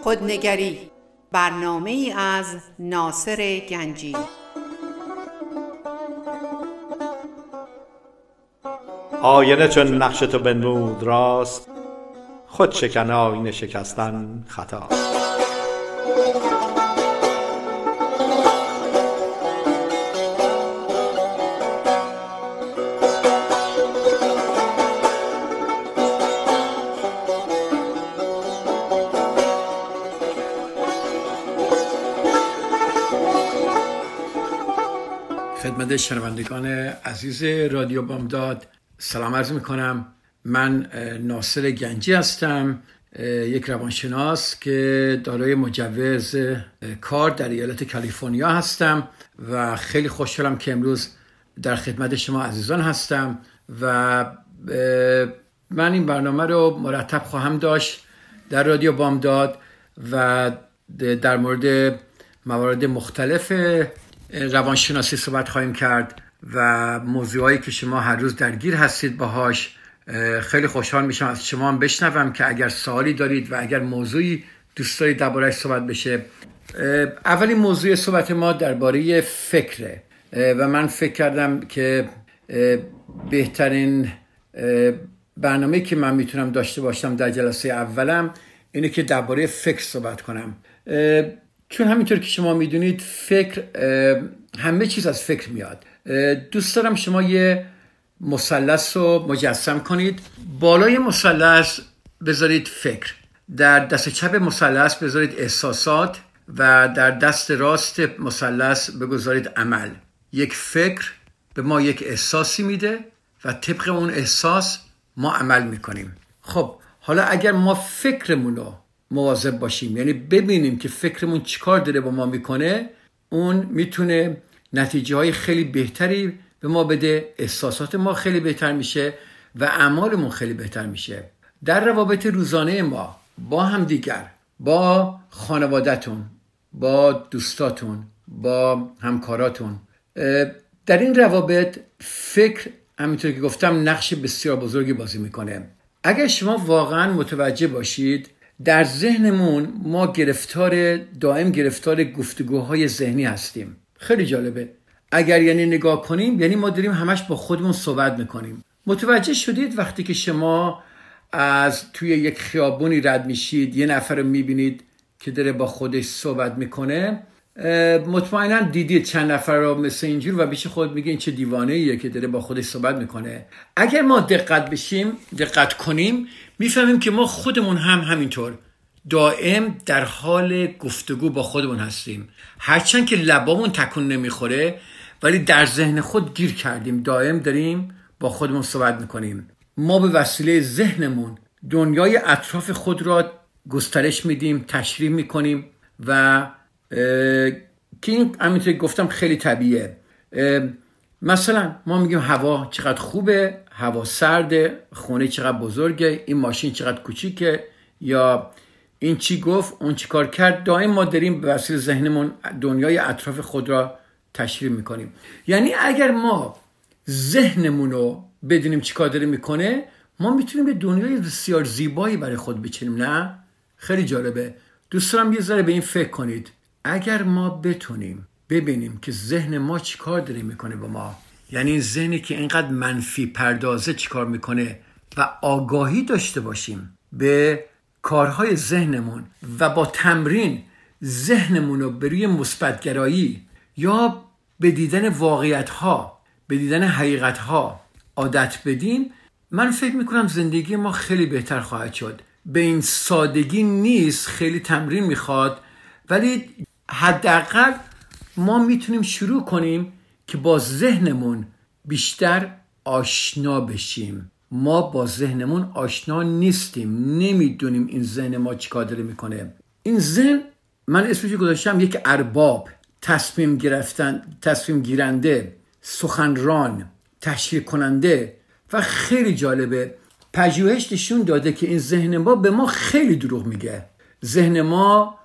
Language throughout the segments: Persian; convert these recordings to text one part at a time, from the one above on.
خودنگری، برنامه‌ای از ناصر گنجی. آینه چون نقش تو بنمود راست، خود شکن آینه شکستن خطاست. خدمت شنوندگان عزیز رادیو بامداد سلام عرض میکنم. من ناصر گنجی هستم، یک روانشناس که دارای مجوز کار در ایالت کالیفرنیا هستم و خیلی خوشحالم که امروز در خدمت شما عزیزان هستم و من این برنامه رو مرتب خواهم داشت در رادیو بامداد و در مورد موارد مختلف روانشناسی صحبت خواهیم کرد و موضوعایی که شما هر روز درگیر هستید باهاش. خیلی خوشحال میشم از شما هم بشنوم که اگر سوالی دارید و اگر موضوعی دوست دارید درباره‌اش صحبت بشه. اولین موضوع صحبت ما درباره فکره و من فکر کردم که بهترین برنامه‌ای که من میتونم داشته باشم در جلسه اولم اینه که درباره فکر صحبت کنم، چون همینطور که شما میدونید فکر، همه چیز از فکر میاد. دوست دارم شما یه مثلث رو مجسم کنید. بالای مثلث بذارید فکر، در دست چپ مثلث بذارید احساسات و در دست راست مثلث بگذارید عمل. یک فکر به ما یک احساسی میده و طبق اون احساس ما عمل میکنیم. خب حالا اگر ما فکرمون رو مواظب باشیم، یعنی ببینیم که فکرمون چیکار داره با ما میکنه، اون میتونه نتیجه های خیلی بهتری به ما بده، احساسات ما خیلی بهتر میشه و اعمالمون خیلی بهتر میشه. در روابط روزانه ما با همدیگر، با خانوادتون، با دوستاتون، با همکاراتون، در این روابط فکر همینطور که گفتم نقش بسیار بزرگی بازی میکنه. اگر شما واقعا متوجه باشید، در ذهنمون ما دائم گرفتار گفتگوهای ذهنی هستیم. خیلی جالبه. اگر یعنی نگاه کنیم، یعنی ما داریم همش با خودمون صحبت میکنیم. متوجه شدید وقتی که شما از توی یک خیابونی رد میشید، یه نفر رو میبینید که داره با خودش صحبت میکنه، مطمئنا دیدید چند نفر رو مثل اینجور و پیش خود میگین چه دیوانه‌ایه که داره با خودش صحبت میکنه. اگر ما دقت کنیم میفهمیم که ما خودمون هم همینطور دائم در حال گفتگو با خودمون هستیم. هرچند که لبامون تکون نمیخوره ولی در ذهن خود گیر کردیم، دائم داریم با خودمون صحبت میکنیم. ما به وسیله ذهنمون دنیای اطراف خود را گسترش میدیم، تشریح میکنیم و که این همینطور گفتم خیلی طبیعیه. مثلا ما میگیم هوا چقدر خوبه، هوا سرده، خونه چقدر بزرگه، این ماشین چقدر کوچیکه، یا این چی گفت، اون چی کار کرد. دائم ما داریم به وسیله ذهنمون دنیای اطراف خود را تشریح میکنیم. یعنی اگر ما ذهنمون رو بدونیم چی کار داره میکنه، ما میتونیم به دنیای بسیار زیبایی برای خود بچینیم. نه؟ خیلی جالبه. دوست دارم یه ذره به این فکر کنید. اگر ما بتونیم ببینیم که ذهن ما چی کار داره میکنه با ما، یعنی این ذهنی که اینقدر منفی پردازه چی کار میکنه و آگاهی داشته باشیم به کارهای ذهنمون و با تمرین ذهنمون رو به روی مثبت‌گرایی یا به دیدن واقعیت‌ها، به دیدن حقیقت‌ها عادت بدیم، من فکر میکنم زندگی ما خیلی بهتر خواهد شد. به این سادگی نیست، خیلی تمرین میخواد، ولی حداقل ما میتونیم شروع کنیم که با ذهنمون بیشتر آشنا بشیم. ما با ذهنمون آشنا نیستیم، نمیدونیم این ذهن ما چیکار داره میکنه. این ذهن، من اسمش گذاشتم یک ارباب، تصمیم گیرنده، سخنران، تشریح کننده و خیلی جالبه. پژوهش نشون داده که این ذهن ما به ما خیلی دروغ میگه. ذهن ما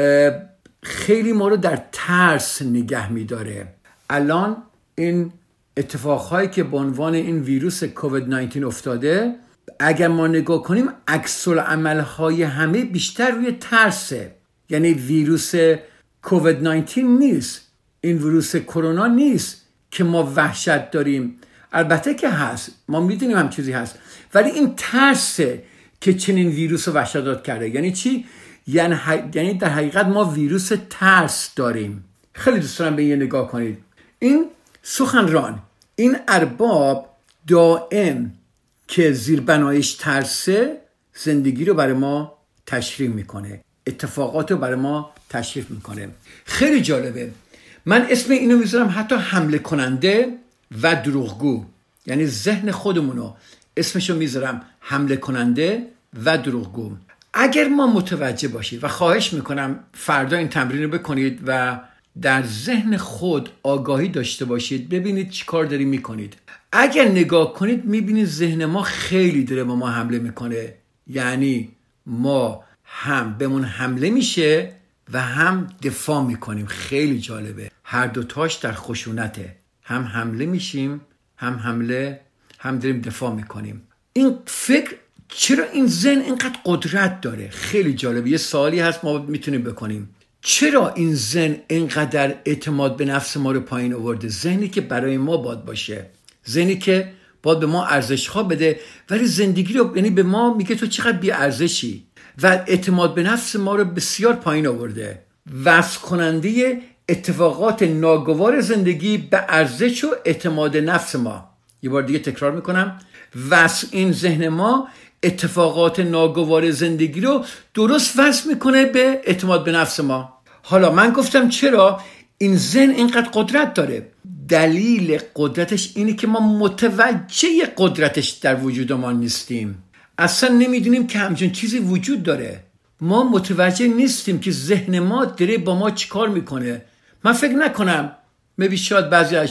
خیلی ما رو در ترس نگه میداره. الان این اتفاقهایی که به عنوان این ویروس کووید 19 افتاده اگر ما نگاه کنیم عکس العمل‌های همه بیشتر روی ترسه. یعنی ویروس کووید 19 نیست، این ویروس کرونا نیست که ما وحشت داریم. البته که هست، ما میدونیم هم چیزی هست، ولی این ترسه که چنین ویروس رو وحشتناک کرده. یعنی چی؟ یعنی در حقیقت ما ویروس ترس داریم. خیلی دوست دارم به این نگاه کنید. این سخنران، این ارباب دائم که زیربنایش ترسه، زندگی رو برای ما تشریح میکنه، اتفاقات رو برای ما تشریح میکنه. خیلی جالبه. من اسم اینو میذارم حتی حمله کننده و دروغگو. یعنی ذهن خودمونو اسمشو میذارم حمله کننده و دروغگو. اگر ما متوجه باشید و خواهش میکنم فردا این تمرین رو بکنید و در ذهن خود آگاهی داشته باشید، ببینید چی کار داری میکنید. اگر نگاه کنید میبینید ذهن ما خیلی داره با ما حمله میکنه. یعنی ما هم بهمون حمله میشه و هم دفاع میکنیم. خیلی جالبه، هر دوتاش در خشونته. هم حمله میشیم، هم داریم دفاع میکنیم. این فکر، چرا این ذهن اینقدر قدرت داره؟ خیلی جالبه. یه سوالی هست ما میتونیم بکنیم. چرا این ذهن اینقدر اعتماد به نفس ما رو پایین آورده؟ ذهنی که برای ما باید باشه، ذهنی که باید به ما ارزش ها بده، ولی زندگی رو، یعنی به ما میگه تو چقدر بی ارزشی و اعتماد به نفس ما رو بسیار پایین آورده. وصل کننده اتفاقات ناگوار زندگی به ارزش و اعتماد نفس ما. یه بار دیگه تکرار میکنم. این ذهن ما اتفاقات ناگوار زندگی رو درست وصل میکنه به اعتماد به نفس ما. حالا من گفتم چرا این ذهن اینقدر قدرت داره. دلیل قدرتش اینه که ما متوجه قدرتش در وجود ما نیستیم. اصلا نمیدونیم که همچین چیزی وجود داره. ما متوجه نیستیم که ذهن ما داره با ما چیکار میکنه. من فکر نکنم شاید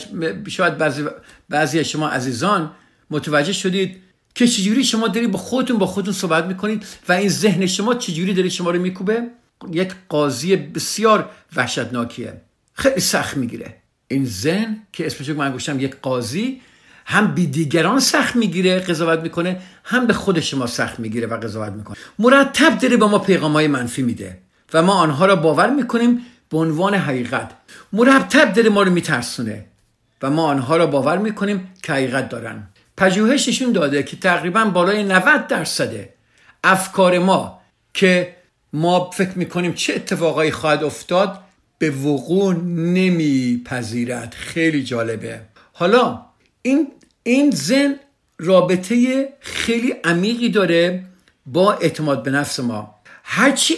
بعضی از شما عزیزان متوجه شدید که چجوری شما داری با خودتون صحبت میکنید و این ذهن شما چجوری داره شما رو میکوبه. یک قاضی بسیار وحشتناکیه، خیلی سخت میگیره. این ذهن که اسمشو من گوشتم یک قاضی، هم بی دیگران سخت میگیره قضاوت میکنه، هم به خود شما سخت میگیره و قضاوت میکنه. مرتب داره با ما پیغامهای منفی میده و ما آنها را باور میکنیم به عنوان حقیقت. مرتب داره ما رو میترسونه و ما آنها را باور میکنیم که حقیقت دارن. پژوهش نشون داده که تقریبا بالای 90% افکار ما که ما فکر میکنیم چه اتفاقایی خواهد افتاد به وقوع نمیپذیرد. خیلی جالبه. حالا این ذهن رابطه خیلی عمیقی داره با اعتماد به نفس ما. هرچی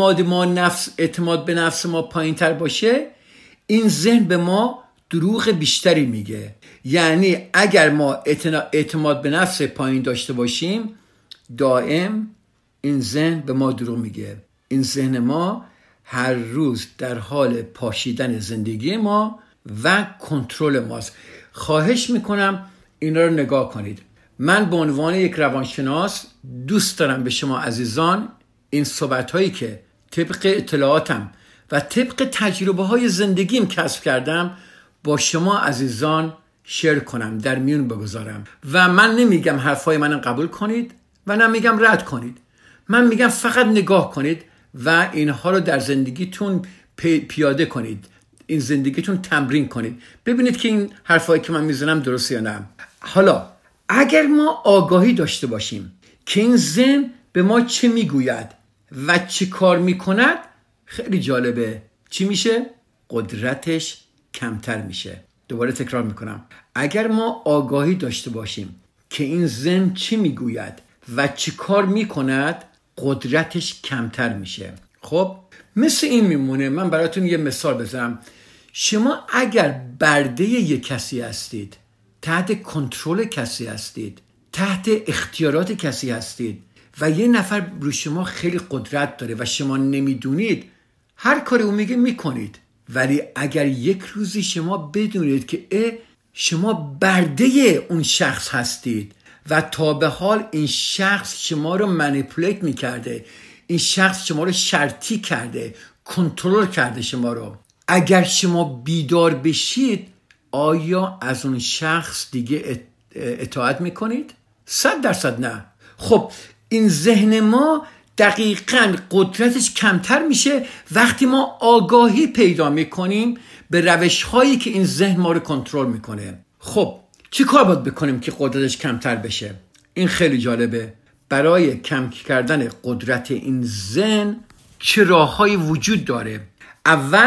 اعتماد به نفس ما پایین تر باشه، این ذهن به ما دروغ بیشتری میگه. یعنی اگر ما اعتماد به نفس پایین داشته باشیم، دائم این ذهن به ما دروغ میگه. این ذهن ما هر روز در حال پاشیدن زندگی ما و کنترل ماست. خواهش میکنم اینا رو نگاه کنید. من به عنوان یک روانشناس دوست دارم به شما عزیزان این صحبت‌هایی که طبق اطلاعاتم و طبق تجربه های زندگیم کسب کردم با شما عزیزان شیر کنم، در میون بگذارم. و من نمیگم حرفای منو قبول کنید و نمیگم رد کنید. من میگم فقط نگاه کنید و اینها رو در زندگیتون پیاده کنید، این زندگیتون تمرین کنید، ببینید که این حرفایی که من میزنم درسته یا نه. حالا اگر ما آگاهی داشته باشیم که این ذهن به ما چه میگوید و چه کار میکند، خیلی جالبه. چی میشه؟ قدرتش کمتر میشه. دوباره تکرار میکنم. اگر ما آگاهی داشته باشیم که این ذهن چی میگوید و چی کار میکند، قدرتش کمتر میشه. خب مثل این میمونه. من براتون یه مثال بزنم. شما اگر برده یک کسی هستید، تحت کنترل کسی هستید، تحت اختیارات کسی هستید و یه نفر رو شما خیلی قدرت داره و شما نمیدونید، هر کاری اون میگه میکنید. ولی اگر یک روزی شما بدونید که شما برده اون شخص هستید و تا به حال این شخص شما رو منیپولیت میکرده، این شخص شما رو شرطی کرده، کنترل کرده شما رو، اگر شما بیدار بشید، آیا از اون شخص دیگه اطاعت میکنید؟ 100% نه. خب این ذهن ما دقیقاً قدرتش کمتر میشه وقتی ما آگاهی پیدا میکنیم به روش هایی که این ذهن ما رو کنترل میکنه. خب چی کار باید بکنیم که قدرتش کمتر بشه؟ این خیلی جالبه. برای کم کردن قدرت این ذهن چه راههایی وجود داره؟ اول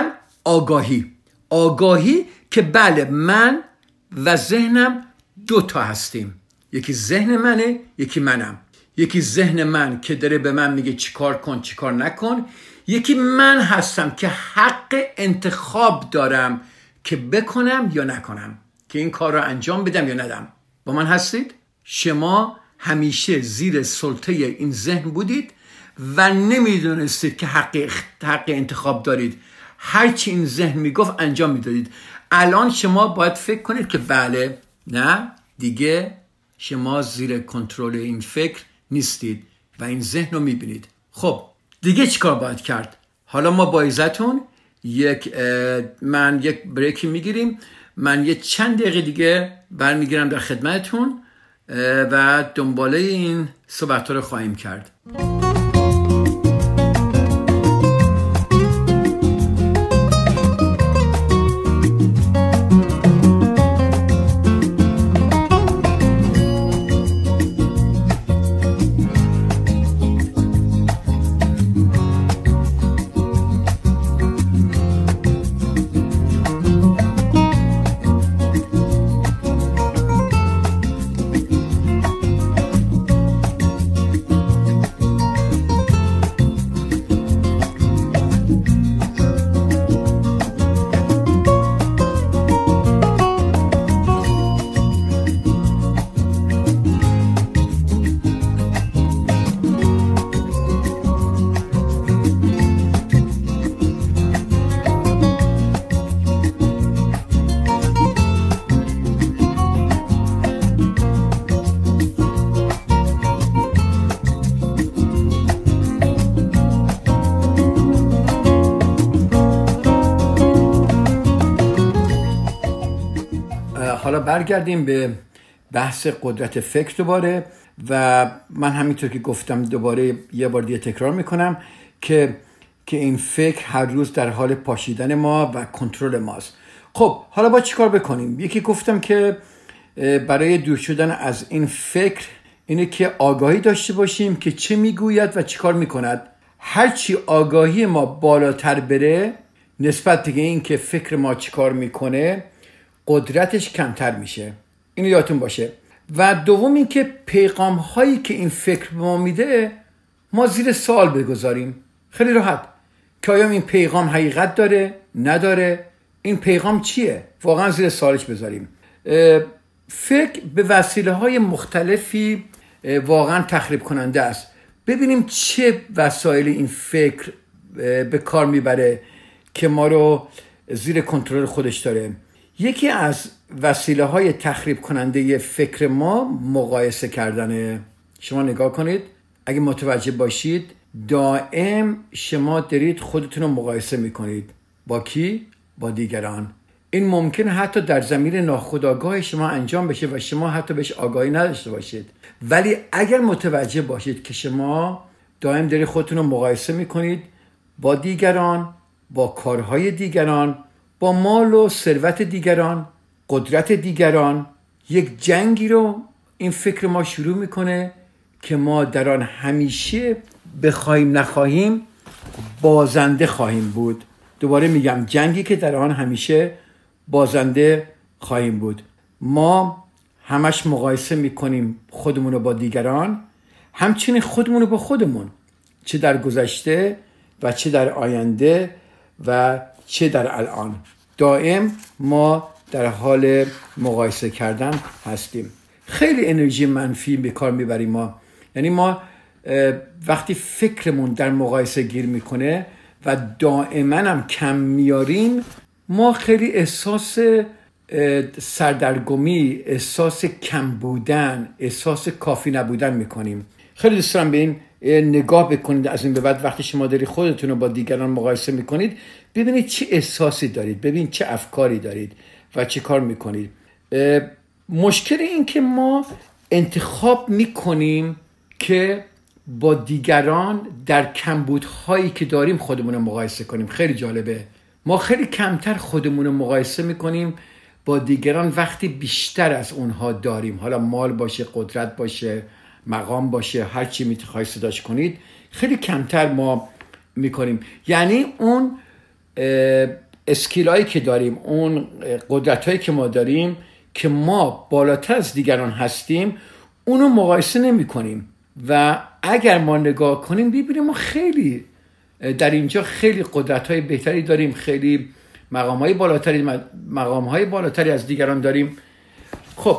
آگاهی که بله من و ذهنم دوتا هستیم. یکی ذهن منه، یکی منم. یکی ذهن من که داره به من میگه چیکار کن چیکار نکن، یکی من هستم که حق انتخاب دارم که بکنم یا نکنم، که این کار رو انجام بدم یا ندم. با من هستید؟ شما همیشه زیر سلطه این ذهن بودید و نمیدونستید که حق انتخاب دارید. هرچی این ذهن میگفت انجام میدادید. الان شما باید فکر کنید که بله، نه دیگه شما زیر کنترل این فکر نیستید و این ذهن رو میبینید. خب دیگه چیکار باید کرد؟ حالا ما با عزتون من یک بریکی میگیریم. من یه چند دقیقه دیگه برمیگیرم در خدمتتون و دنباله این صحبت رو خواهیم کرد. حالا برگردیم به بحث قدرت فکر دوباره و من همینطور که گفتم دوباره یه بار دیگه تکرار میکنم که این فکر هر روز در حال پاشیدن ما و کنترل ماست. خب حالا با چی کار بکنیم؟ یکی گفتم که برای دور شدن از این فکر اینه که آگاهی داشته باشیم که چه میگوید و چی کار میکند. هرچی آگاهی ما بالاتر بره نسبت به این که فکر ما چی کار میکنه قدرتش کمتر میشه. اینو یادتون باشه. و دوم این که پیغام هایی که این فکر به ما میده ما زیر سوال بگذاریم. خیلی راحت که آیا این پیغام حقیقت داره نداره، این پیغام چیه، واقعا زیر سوالش بذاریم. فکر به وسیله های مختلفی واقعا تخریب کننده است. ببینیم چه وسایل این فکر به کار میبره که ما رو زیر کنترل خودش داره. یکی از وسیله های تخریب کننده فکر ما مقایسه کردنه. شما نگاه کنید، اگه متوجه باشید دائم شما دارید خودتون رو مقایسه میکنید. با کی؟ با دیگران. این ممکن حتی در ضمیر ناخودآگاه شما انجام بشه و شما حتی بهش آگاهی نداشته باشید. ولی اگر متوجه باشید که شما دائم دارید خودتون رو مقایسه میکنید با دیگران، با کارهای دیگران، با مال و ثروت دیگران، قدرت دیگران، یک جنگی رو این فکر ما شروع میکنه که ما در آن همیشه بخوایم نخواهیم بازنده خواهیم بود. دوباره میگم جنگی که در آن همیشه بازنده خواهیم بود. ما همش مقایسه میکنیم خودمون رو با دیگران، همچنین خودمون رو با خودمون، چه در گذشته و چه در آینده و چه در الان. دائم ما در حال مقایسه کردن هستیم. خیلی انرژی منفی به کار میبریم ما. یعنی ما وقتی فکرمون در مقایسه گیر میکنه و دائما هم کم میاریم، ما خیلی احساس سردرگمی، احساس کم بودن، احساس کافی نبودن میکنیم. خیلی دوست دارم به این نگاه بکنید. از این به بعد وقتی شما دارید خودتون رو با دیگران مقایسه میکنید ببینید چه احساسی دارید، ببینید چه افکاری دارید و چه کار میکنید. مشکل این که ما انتخاب میکنیم که با دیگران در کمبودهایی که داریم خودمون رو مقایسه کنیم. خیلی جالبه، ما خیلی کمتر خودمون رو مقایسه میکنیم با دیگران وقتی بیشتر از اونها داریم. حالا مال باشه، قدرت باشه، مقام باشه، هر چی میخواید صداش کنید، خیلی کمتر ما میکنیم. یعنی اون اسکیلایی که داریم، اون قدرتایی که ما داریم که ما بالاتر از دیگران هستیم، اونو مقایسه نمی کنیم. و اگر ما نگاه کنیم ببینیم ما خیلی در اینجا خیلی قدرت‌های بهتری داریم، خیلی مقام‌های بالاتری از دیگران داریم. خب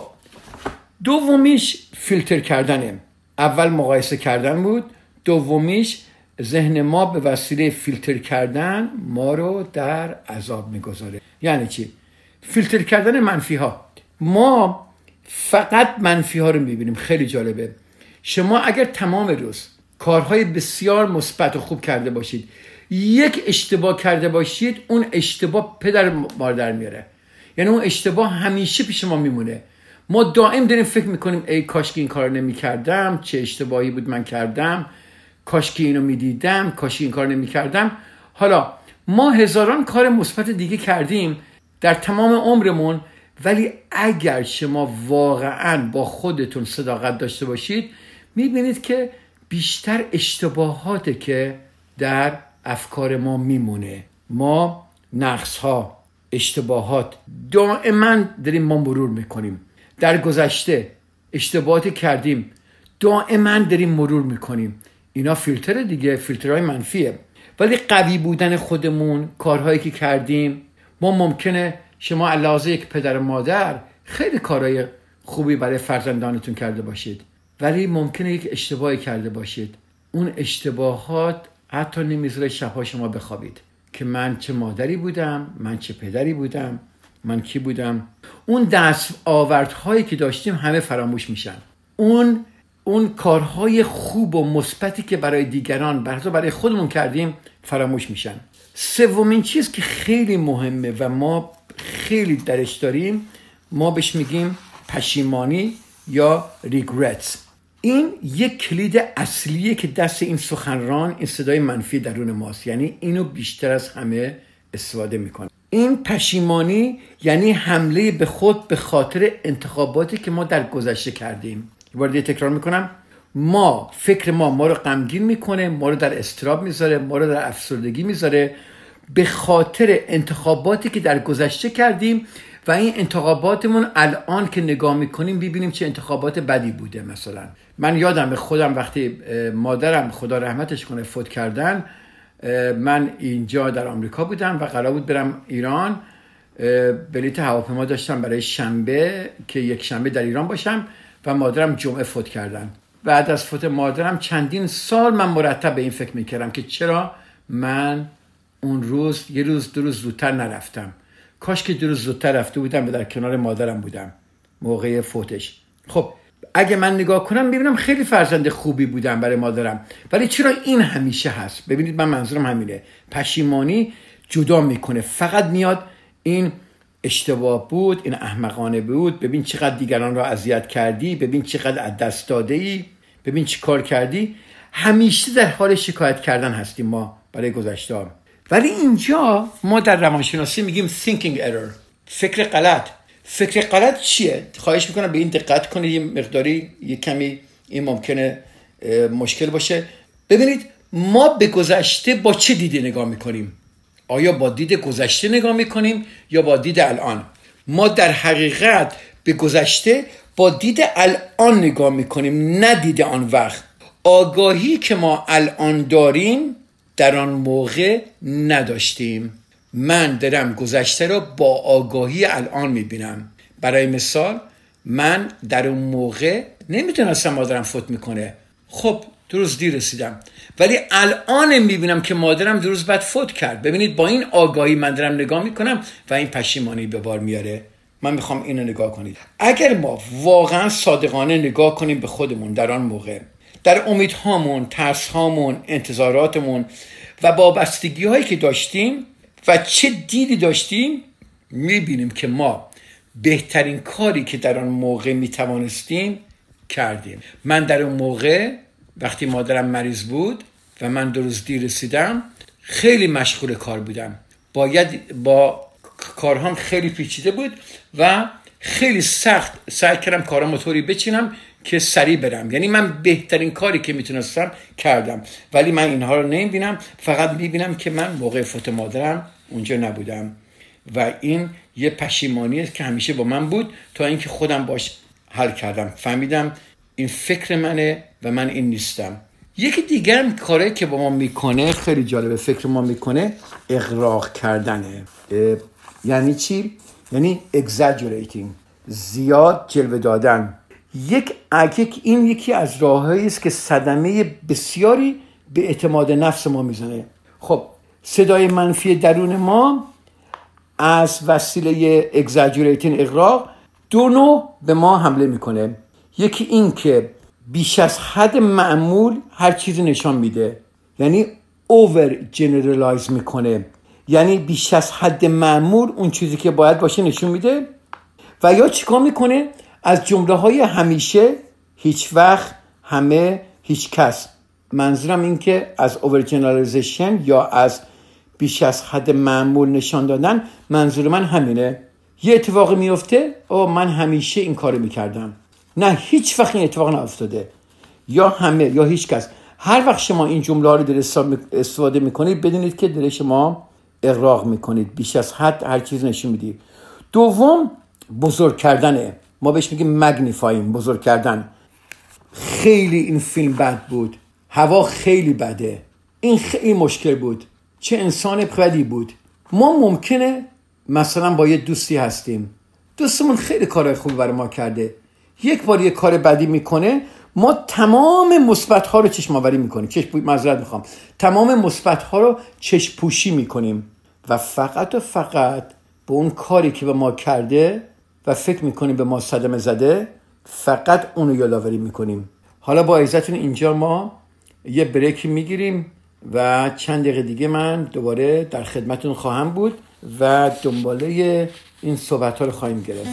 دومیش فیلتر کردنه. اول مقایسه کردن بود، دومیش ذهن ما به وسیله فیلتر کردن ما رو در عذاب میگذاره. یعنی چی؟ فیلتر کردن منفی ها. ما فقط منفی ها رو میبینیم. خیلی جالبه، شما اگر تمام روز کارهای بسیار مثبت و خوب کرده باشید، یک اشتباه کرده باشید، اون اشتباه پدر مادر میاره. یعنی اون اشتباه همیشه پیش ما میمونه. ما دائم داریم فکر میکنیم ای کاش که این کار نمیکردم، چه اشتباهی بود من کردم، کاش که اینو میدیدم، کاش این کار نمیکردم. حالا ما هزاران کار مثبت دیگه کردیم در تمام عمرمون، ولی اگر شما واقعا با خودتون صداقت داشته باشید میبینید که بیشتر اشتباهاته که در افکار ما میمونه. ما نقص ها، اشتباهات دائما داریم ما مرور میکنیم. در گذشته اشتباهاتی کردیم، دائما داریم مرور میکنیم. اینا فیلتر دیگه، فیلترهای منفیه. ولی قوی بودن خودمون، کارهایی که کردیم، ما ممکنه شما علاوه یک پدر و مادر خیلی کارهای خوبی برای فرزندانتون کرده باشید، ولی ممکنه یک اشتباهی کرده باشید. اون اشتباهات حتی نمیذاره شبها شما بخوابید که من چه مادری بودم، من چه پدری بودم، من کی بودم. اون دستاوردهایی که داشتیم همه فراموش میشن. اون کارهای خوب و مثبتی که برای دیگران، برای خودمون کردیم، فراموش میشن. سومین چیز که خیلی مهمه و ما خیلی درش داریم، ما بهش میگیم پشیمانی یا regrets. این یک کلید اصلیه که دست این سخنران، این صدای منفی درون ماست. یعنی اینو بیشتر از همه استفاده میکنه. این پشیمانی یعنی حمله به خود به خاطر انتخاباتی که ما در گذشته کردیم. یه تکرار میکنم، فکر ما رو غمگین میکنه، ما رو در اضطراب میذاره، ما رو در افسردگی میذاره به خاطر انتخاباتی که در گذشته کردیم. و این انتخاباتمون الان که نگاه میکنیم ببینیم چه انتخابات بدی بوده. مثلا من یادم به خودم وقتی مادرم خدا رحمتش کنه فوت کردن، من اینجا در آمریکا بودم و قرار بود برم ایران. بلیط هواپیما داشتم برای شنبه که یک شنبه در ایران باشم و مادرم جمعه فوت کردن. بعد از فوت مادرم چندین سال من مرتب به این فکر میکردم که چرا من اون روز یه روز دو روز زودتر نرفتم. کاش که دو روز زودتر رفته بودم و در کنار مادرم بودم موقع فوتش. خب اگه من نگاه کنم ببینم خیلی فرزند خوبی بودم برای مادرم، ولی چرا این همیشه هست؟ ببینید من منظورم همینه. پشیمانی جدا میکنه، فقط میاد این اشتباه بود، این احمقانه بود، ببین چقدر دیگران را اذیت کردی، ببین چقدر از دست داده ای، ببین چی کار کردی. همیشه در حال شکایت کردن هستیم ما برای گذشته. ولی اینجا ما در روانشناسی میگیم thinking error، فکر غلط. فکر غلط چیه؟ خواهش میکنم به این دقت کنید، یه مقداری یه کمی این ممکنه مشکل باشه. ببینید ما به گذشته با چه دیدی نگاه میکنیم؟ آیا با دید گذشته نگاه میکنیم یا با دید الان؟ ما در حقیقت به گذشته با دید الان نگاه میکنیم، نه دید آن وقت. آگاهی که ما الان داریم در آن موقع نداشتیم. من دارم گذشته رو با آگاهی الان میبینم. برای مثال من در اون موقع نمیتونستم مادرم فوت میکنه، خب دو روز دیر رسیدم، ولی الان میبینم که مادرم دو روز بعد فوت کرد. ببینید با این آگاهی من دارم نگاه میکنم و این پشیمانی به بار میاره. من میخوام اینو نگاه کنید. اگر ما واقعا صادقانه نگاه کنیم به خودمون در آن موقع، در امیدهامون، ترسهامون، انتظاراتمون و وابستگی هایی که داشتیم و چه دیدی داشتیم، میبینیم که ما بهترین کاری که در آن موقع میتوانستیم کردیم. من در اون موقع وقتی مادرم مریض بود و من 2 روز دیر رسیدم، خیلی مشغول کار بودم. با کارهام خیلی پیچیده بود و خیلی سخت سعی کردم کارامو طوری بچینم که سریع برم. یعنی من بهترین کاری که میتونستم کردم، ولی من اینها رو نمیبینم، فقط میبینم که من موقع فوت مادرم اونجا نبودم و این یه پشیمانی است که همیشه با من بود تا اینکه خودم باش حل کردم. فهمیدم این فکر منه و من این نیستم. یکی دیگه هم کاری که با ما میکنه خیلی جالبه، فکر ما میکنه اغراق کردنه. یعنی چی؟ یعنی exaggerating، زیاد جلوه دادن. این یکی از راههایی است که صدمه بسیاری به اعتماد نفس ما میزنه. خب صدای منفی درون ما از وسیله exaggerating، اغراق، 2 نوع به ما حمله میکنه. یکی این که بیش از حد معمول هر چیزی نشان میده، یعنی over generalize میکنه، یعنی بیش از حد معمول اون چیزی که باید باشه نشون میده. و یا چیکار میکنه؟ از جمله های همیشه، هیچ وقت، همه، هیچ کس. منظورم این که از over generalization یا از بیش از حد معمول نشان دادن، منظور من همینه. یه اتفاقی میفته، من همیشه این کارو میکردم. نه، هیچ وقت این اتفاق نیفتاده. یا همه یا هیچ کس. هر وقت شما این جمله ها رو در استفاده میکنید، بدونید که در شما اغراق میکنید، بیش از حد هر چیز نشون میدید. دوم، بزرگ کردنه. ما بهش میگیم مگنیفاینگ، بزرگ کردن. خیلی این فیلم بد بود، هوا خیلی بده، این خیلی مشکل بود، چه انسان بدی بود. ما ممکنه مثلا با یه دوستی هستیم، دوستمون خیلی کارهای خوبی برای ما کرده، یک بار یه کار بدی میکنه، ما تمام مثبت ها رو چشم آوری میکنیم، تمام مثبت ها رو چشم پوشی میکنیم و فقط به اون کاری که به ما کرده و فکر میکنیم به ما صدمه زده، فقط اونو یادآوری میکنیم. حالا با اجازهتون اینجا ما یه بریکی میگیریم و چند دقیقه دیگه من دوباره در خدمتون خواهم بود و دنباله این صحبت ها رو خواهیم گرفت.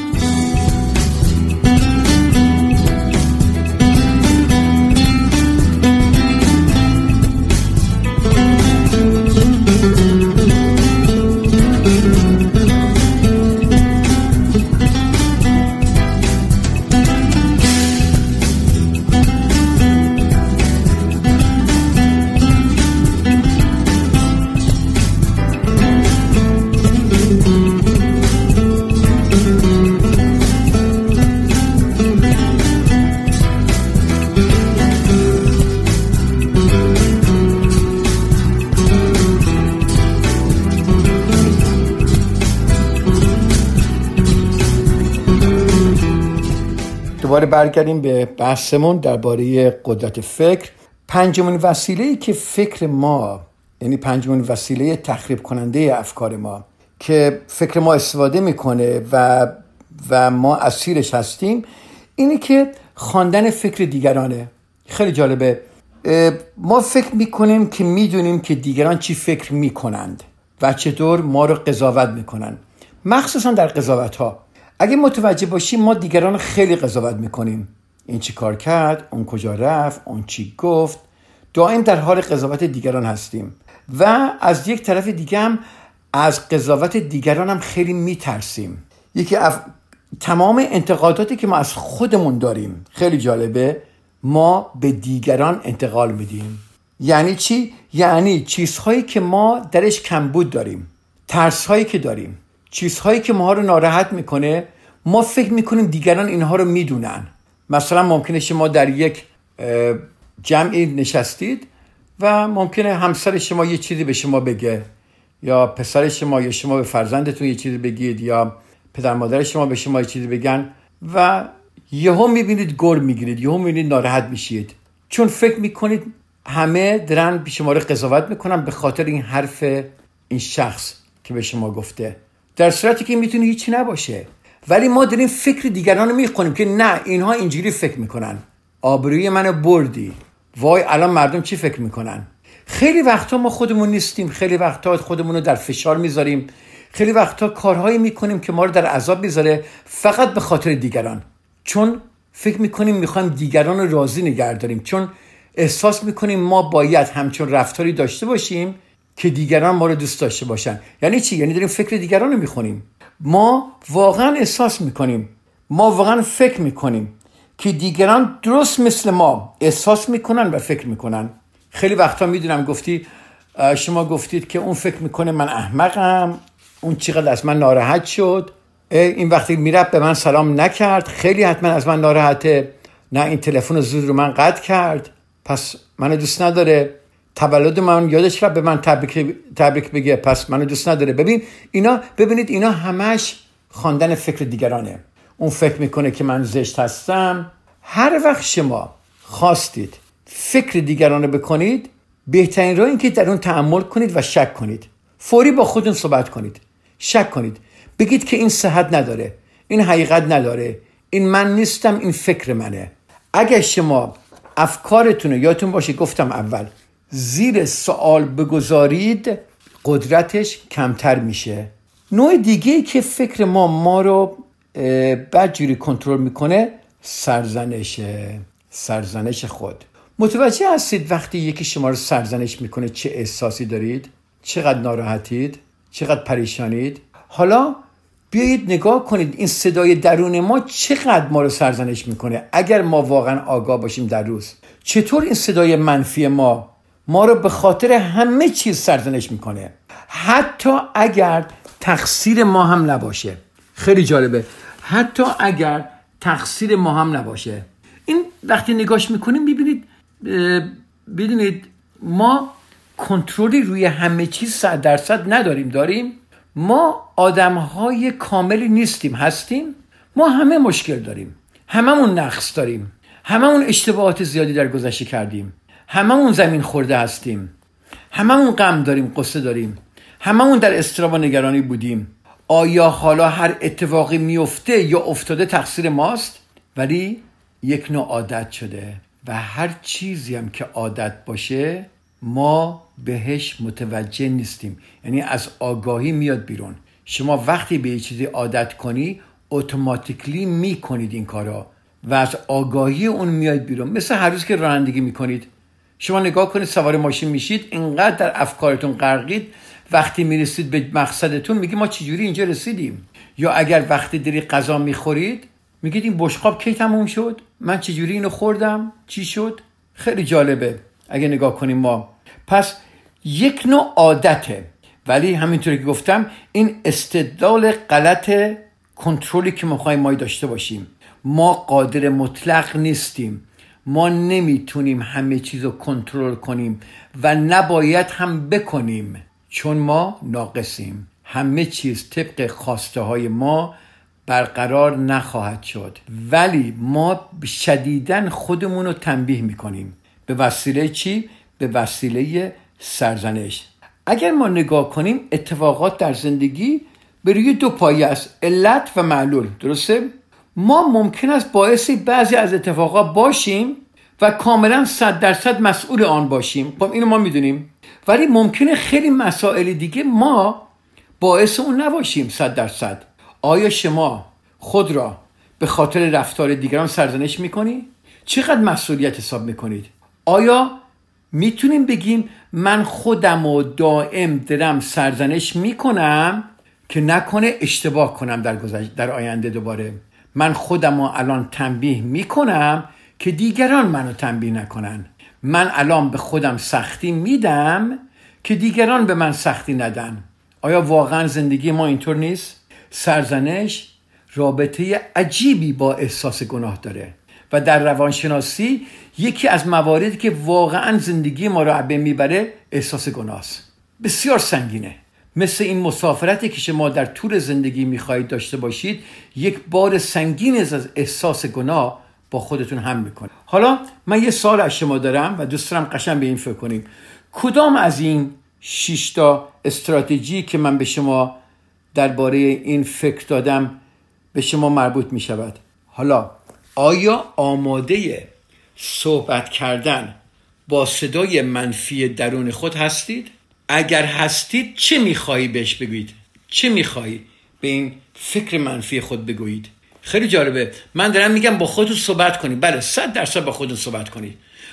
دوباره برگردیم به بحثمون درباره قدرت فکر. پنجمین وسیله‌ای که فکر ما، یعنی پنجمین وسیله تخریب کننده افکار ما که فکر ما استفاده میکنه و ما اسیرش هستیم، اینی که خواندن فکر دیگرانه. خیلی جالبه، ما فکر میکنیم که میدونیم که دیگران چی فکر میکنند و چطور ما رو قضاوت میکنن، مخصوصا در قضاوت ها. اگه متوجه باشیم ما دیگران خیلی قضاوت میکنیم، این چی کار کرد، اون کجا رفت، اون چی گفت، دائم در حال قضاوت دیگران هستیم و از یک طرف دیگه هم از قضاوت دیگران هم خیلی میترسیم. تمام انتقاداتی که ما از خودمون داریم، خیلی جالبه، ما به دیگران انتقال میدیم. یعنی چی؟ یعنی چیزهایی که ما درش کمبود داریم، ترسهایی که داریم، چیزهایی که ما رو ناراحت میکنه، ما فکر میکنیم دیگران اینها رو میدونن. مثلا ممکنه شما در یک جمعی نشستید و ممکنه همسر شما یه چیزی به شما بگه، یا پسر شما یا شما به فرزندتون یه چیزی بگید، یا پدر مادر شما به شما یه چیزی بگن و یهو میبینید گر میگیرید، یهو میبینید ناراحت میشید، چون فکر میکنید همه دارن شما رو قضاوت میکنن به خاطر این حرف این شخص که به شما گفته، در صورتی که میتونه هیچی نباشه. ولی ما داریم فکر دیگران رو میخونیم که نه، اینها اینجوری فکر میکنن، آبروی منو بردی، وای الان مردم چی فکر میکنن. خیلی وقتا ما خودمون نیستیم، خیلی وقتا خودمون رو در فشار میذاریم، خیلی وقتا کارهایی میکنیم که ما رو در عذاب میذاره فقط به خاطر دیگران، چون فکر میکنیم میخوایم دیگران رو راضی نگه داریم، چون احساس میکنیم ما باید همچون رفتاری داشته باشیم که دیگران ما رو دوست داشته باشن. یعنی چی؟ یعنی داریم فکر دیگران رو میخونیم. ما واقعا احساس میکنیم، ما واقعا فکر میکنیم که دیگران درست مثل ما احساس میکنن و فکر میکنن. خیلی وقتا میدونم شما گفتید که اون فکر میکنه من احمقم، اون چقدر از من ناراحت شد، این وقتی میره به من سلام نکرد، خیلی حتما از من ناراحته، نه این تلفن رو زود رو من قطع کرد پس منو دوست نداره، تولد من یادش رفت به من تبریک بگه پس منو دوست نداره. ببینید اینا همش خواندن فکر دیگرانه. اون فکر میکنه که من زشت هستم. هر وقت شما خواستید فکر دیگران رو بکنید، بهترین راه این که در اون تأمل کنید و شک کنید. فوری با خودتون صحبت کنید، شک کنید، بگید که این صحت نداره، این حقیقت نداره، این من نیستم، این فکر منه. اگر شما افکارتون رو یادتون باشه گفتم اول زیر سوال بگذارید، قدرتش کمتر میشه. نوع دیگه که فکر ما رو بدجوری کنترل میکنه سرزنش خود. متوجه هستید وقتی یکی شما رو سرزنش میکنه چه احساسی دارید؟ چقدر ناراحتید؟ چقدر پریشانید؟ حالا بیایید نگاه کنید این صدای درون ما چقدر ما رو سرزنش میکنه. اگر ما واقعا آگاه باشیم در روز، چطور این صدای منفی ما رو به خاطر همه چیز سرزنش میکنه، حتی اگر تقصیر ما هم نباشه. خیلی جالبه، حتی اگر تقصیر ما هم نباشه. این وقتی نگاش میکنیم ببینید ما کنترلی روی همه چیز 100% نداریم. ما آدم‌های کاملی نیستیم، هستیم. ما همه مشکل داریم، هممون نقص داریم، هممون اشتباهات زیادی در گذشته کردیم، هممون زمین خورده هستیم، هممون غم داریم، قصه داریم، هممون در اضطراب و نگرانی بودیم. آیا حالا هر اتفاقی میفته یا افتاده تقصیر ماست؟ ولی یک نوع عادت شده و هر چیزی هم که عادت باشه ما بهش متوجه نیستیم. یعنی از آگاهی میاد بیرون. شما وقتی به یه چیزی عادت کنی اتوماتیکلی میکنید این کارا و از آگاهی اون میاد بیرون. مثل هر روز که رانندگی میکنید، شما نگاه کنید سوار ماشین میشید، اینقدر در افکارتون غرقید، وقتی میرسید به مقصدتون میگی ما چجوری اینجا رسیدیم. یا اگر وقتی داری غذا میخورید میگید این بشقاب کی تموم شد، من چجوری اینو خوردم، چی شد. خیلی جالبه اگه نگاه کنیم ما. پس یک نوع عادته، ولی همینطوری که گفتم این استدلال غلط کنترلی که میخوایم ما داشته باشیم. ما قادر مطلق نیستیم، ما نمیتونیم همه چیز رو کنترل کنیم و نباید هم بکنیم، چون ما ناقصیم. همه چیز طبق خواسته های ما برقرار نخواهد شد، ولی ما شدیداً خودمون رو تنبیه میکنیم. به وسیله چی؟ به وسیله سرزنش. اگر ما نگاه کنیم اتفاقات در زندگی به روی 2 پایه است، علت و معلول. درسته؟ ما ممکن است باعث بعضی از اتفاقات باشیم و کاملا 100% مسئول آن باشیم. خب اینو ما میدونیم، ولی ممکنه خیلی مسائل دیگه ما باعث اون نباشیم 100%. آیا شما خود را به خاطر رفتار دیگران سرزنش میکنی؟ چقدر مسئولیت حساب میکنید؟ آیا میتونیم بگیم من خودم رو دائم دارم سرزنش میکنم که نکنه اشتباه کنم در آینده دوباره؟ من خودم رو الان تنبیه میکنم که دیگران منو تنبیه نکنن. من الان به خودم سختی میدم که دیگران به من سختی ندن. آیا واقعا زندگی ما اینطور نیست؟ سرزنش رابطه عجیبی با احساس گناه داره و در روانشناسی یکی از مواردی که واقعا زندگی ما رو عبه میبره احساس گناه است. بسیار سنگینه. مثل این مسافرتی که شما در طول زندگی میخواهید داشته باشید، یک بار سنگین از احساس گناه با خودتون هم میکنه. حالا من یه سوال از شما دارم و دوست دارم قشنگ به این فکر کنیم. کدام از این 6 استراتژی که من به شما درباره این فکر دادم به شما مربوط میشود؟ حالا آیا آماده صحبت کردن با صدای منفی درون خود هستید؟ اگر هستید چه میخوایی بهش بگویید؟ چه میخوایی به این فکر منفی خود بگویید؟ خیلی جالبه. من دارم میگم با خودتون صحبت کنید. بله 100% با خودتون صحبت کنید.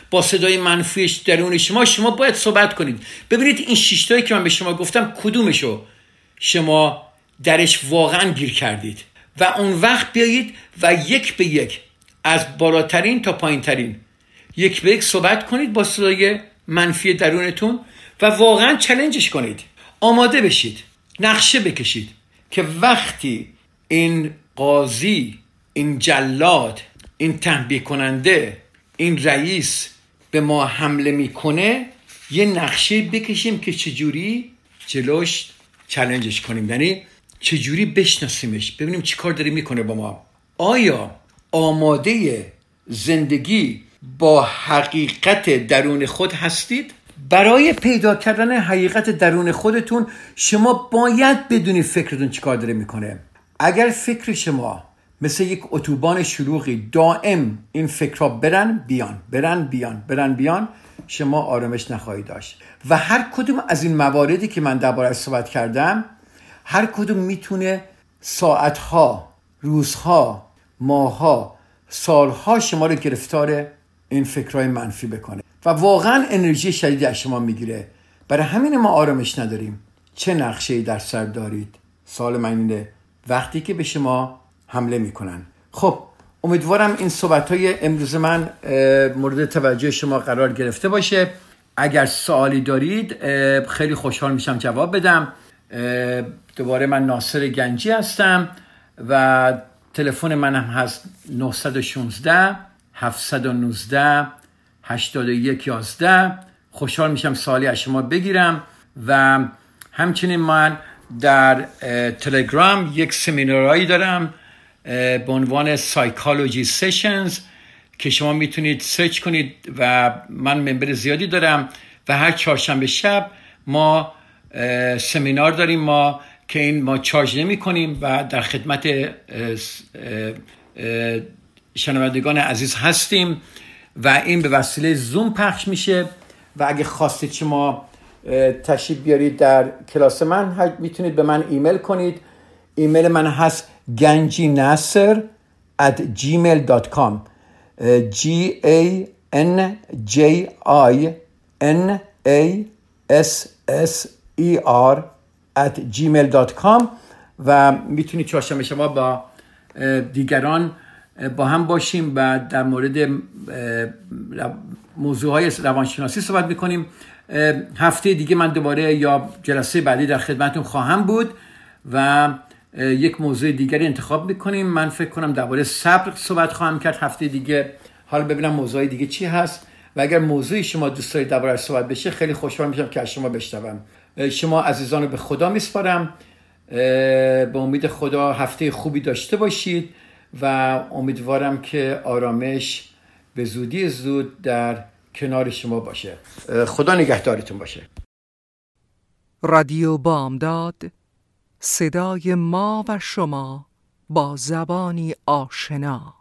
با صدای منفیش درون شما باید صحبت کنید. ببینید این 6 تایی که من به شما گفتم کدومشو شما درش واقعا گیر کردید و اون وقت بیایید و یک به یک از بالاترین تا پایین ترین یک به یک صحبت کنید با صدای منفی درونتون و واقعا چالنجش کنید. آماده بشید، نقشه بکشید که وقتی این قاضی، این جلاد، این تنبیه کننده، این رئیس به ما حمله میکنه یه نقشه بکشیم که چجوری جلوش چالنجش کنیم، یعنی چجوری بشناسیمش، ببینیم چی کار داره میکنه با ما. آیا آماده زندگی با حقیقت درون خود هستید؟ برای پیدا کردن حقیقت درون خودتون شما باید بدونید فکرتون چی کار داره میکنه. اگر فکر شما مثل یک اتوبان شلوغی دائم این فکرها برن بیان شما آرامش نخواهید داشت. و هر کدوم از این مواردی که من درباره‌اش صحبت کردم هر کدوم میتونه ساعتها، روزها، ماهها، سالها شما رو گرفتار این فکرهای منفی بکنه و واقعا انرژی شدیدی از شما میگیره. برای همین ما آرامش نداریم. چه نقشه‌ای در سر دارید؟ سوال من اینه وقتی که به شما حمله میکنن. خب امیدوارم این صحبت‌های امروز من مورد توجه شما قرار گرفته باشه. اگر سوالی دارید خیلی خوشحال میشم جواب بدم. دوباره من ناصر گنجی هستم و تلفن منم هست 916 719 8111. خوشحال میشم سوالی از شما بگیرم و همچنین من در تلگرام یک سمینارایی دارم به عنوان سایکولوژی سشنز که شما میتونید سرچ کنید و من ممبر زیادی دارم و هر چهارشنبه شب ما سمینار داریم ما که این ما چارج نمی کنیم و در خدمت شنوندگان عزیز هستیم و این به وسیله زوم پخش میشه و اگه خواستید شما تشریف بیارید در کلاس من میتونید به من ایمیل کنید. ایمیل من هست ganjinasser@gmail.com ganjinasser@gmail.com و میتونید چهارشنبه شما با دیگران با هم باشیم و در مورد موضوعهای روانشناسی صحبت میکنیم. هفته دیگه من دوباره یا جلسه بعدی در خدمتون خواهم بود و یک موضوع دیگری انتخاب میکنیم. من فکر کنم درباره صبر صحبت خواهم کرد هفته دیگه. حالا ببینم موضوع دیگه چی هست و اگر موضوعی شما دوست دارید درباره صحبت بشه خیلی خوشحال میشم که از شما بشنوم. شما عزیزان رو به خدا میسپارم. به امید خدا هفته خوبی داشته باشید و امیدوارم که آرامش به زودی زود در کنار شما باشه. خدا نگهدارتون باشه. رادیو بامداد، صدای ما و شما با زبانی آشنا.